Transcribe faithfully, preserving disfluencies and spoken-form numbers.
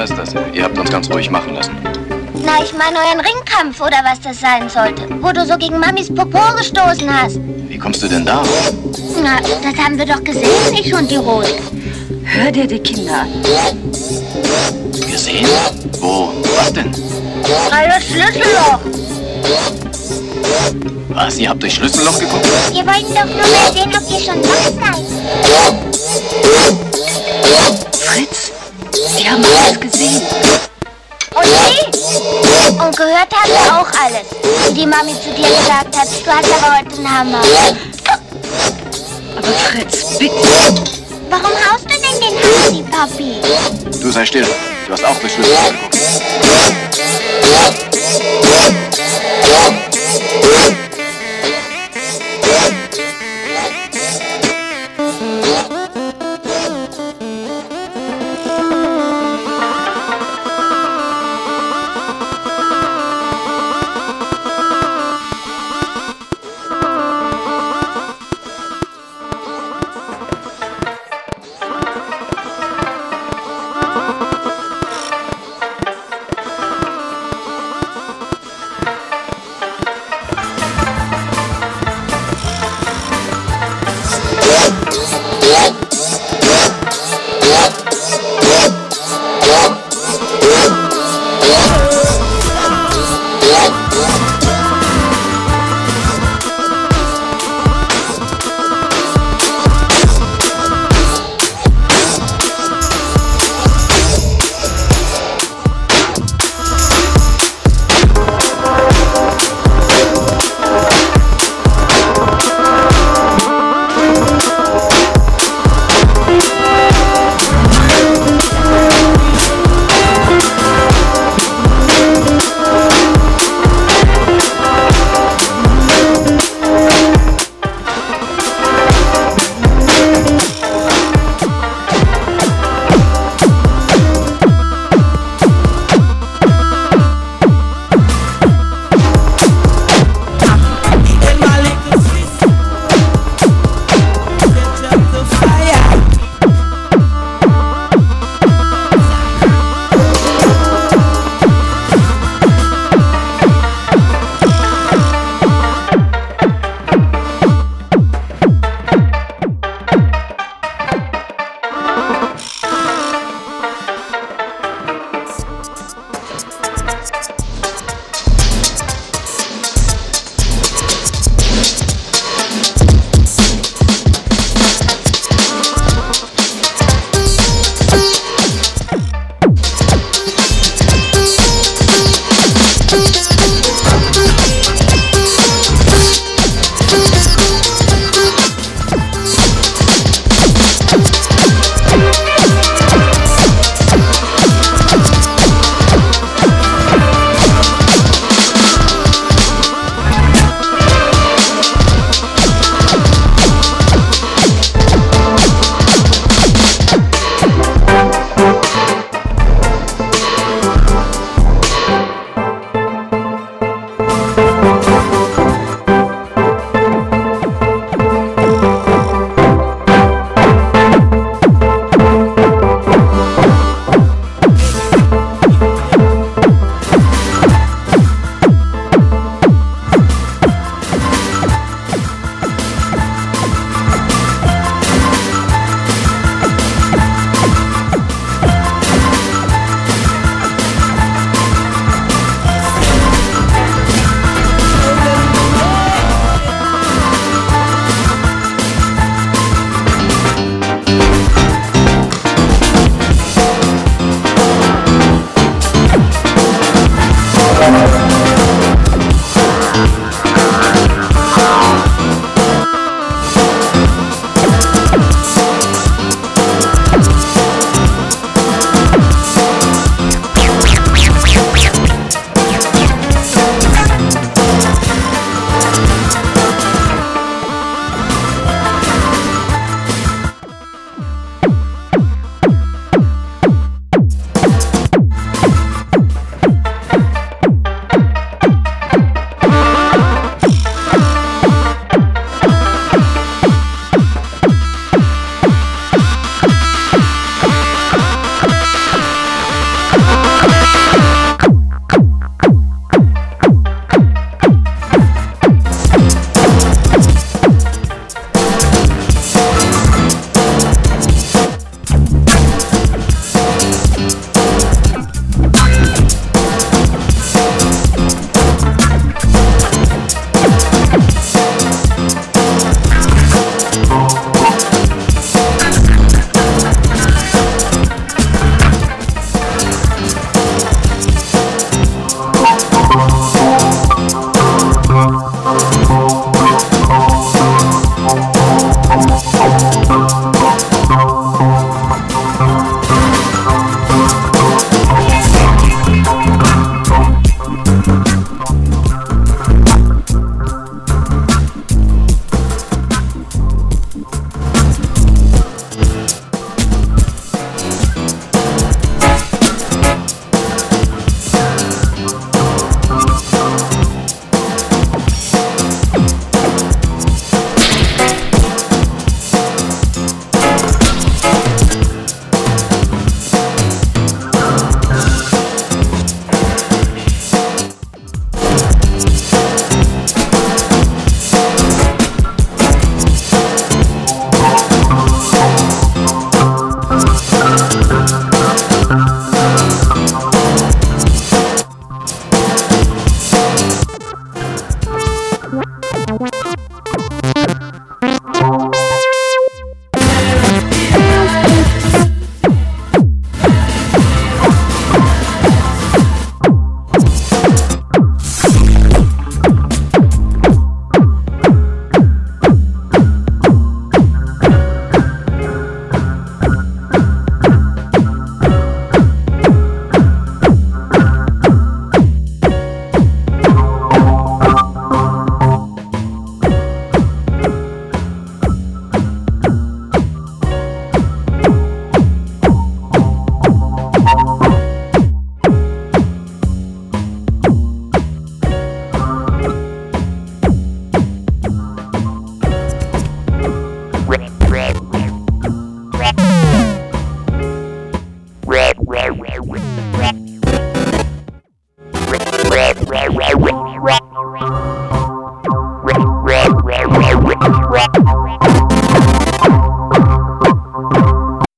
ist das? Ihr habt uns ganz ruhig machen lassen. Na, ich meine euren Ringkampf oder was das sein sollte, wo du so gegen Mamis Popo gestoßen hast. Wie kommst du denn da? Na, das haben wir doch gesehen, ich und die Rose. Hör dir die Kinder an. Gesehen? Wo? Was denn? Bei das Schlüsselloch. Was? Ihr habt durch Schlüsselloch geguckt? Wir wollten doch nur mal sehen, ob ihr schon wach seid. Fritz, die haben alles gesehen. Und sie? Und gehört haben wir auch alles. Wie die Mami zu dir gesagt hat, du hast aber heute einen Hammer. Aber Fritz, bitte. Warum haust du denn den Hasi, Papi? Du sei still. Du hast auch durch Schlüsselloch geguckt.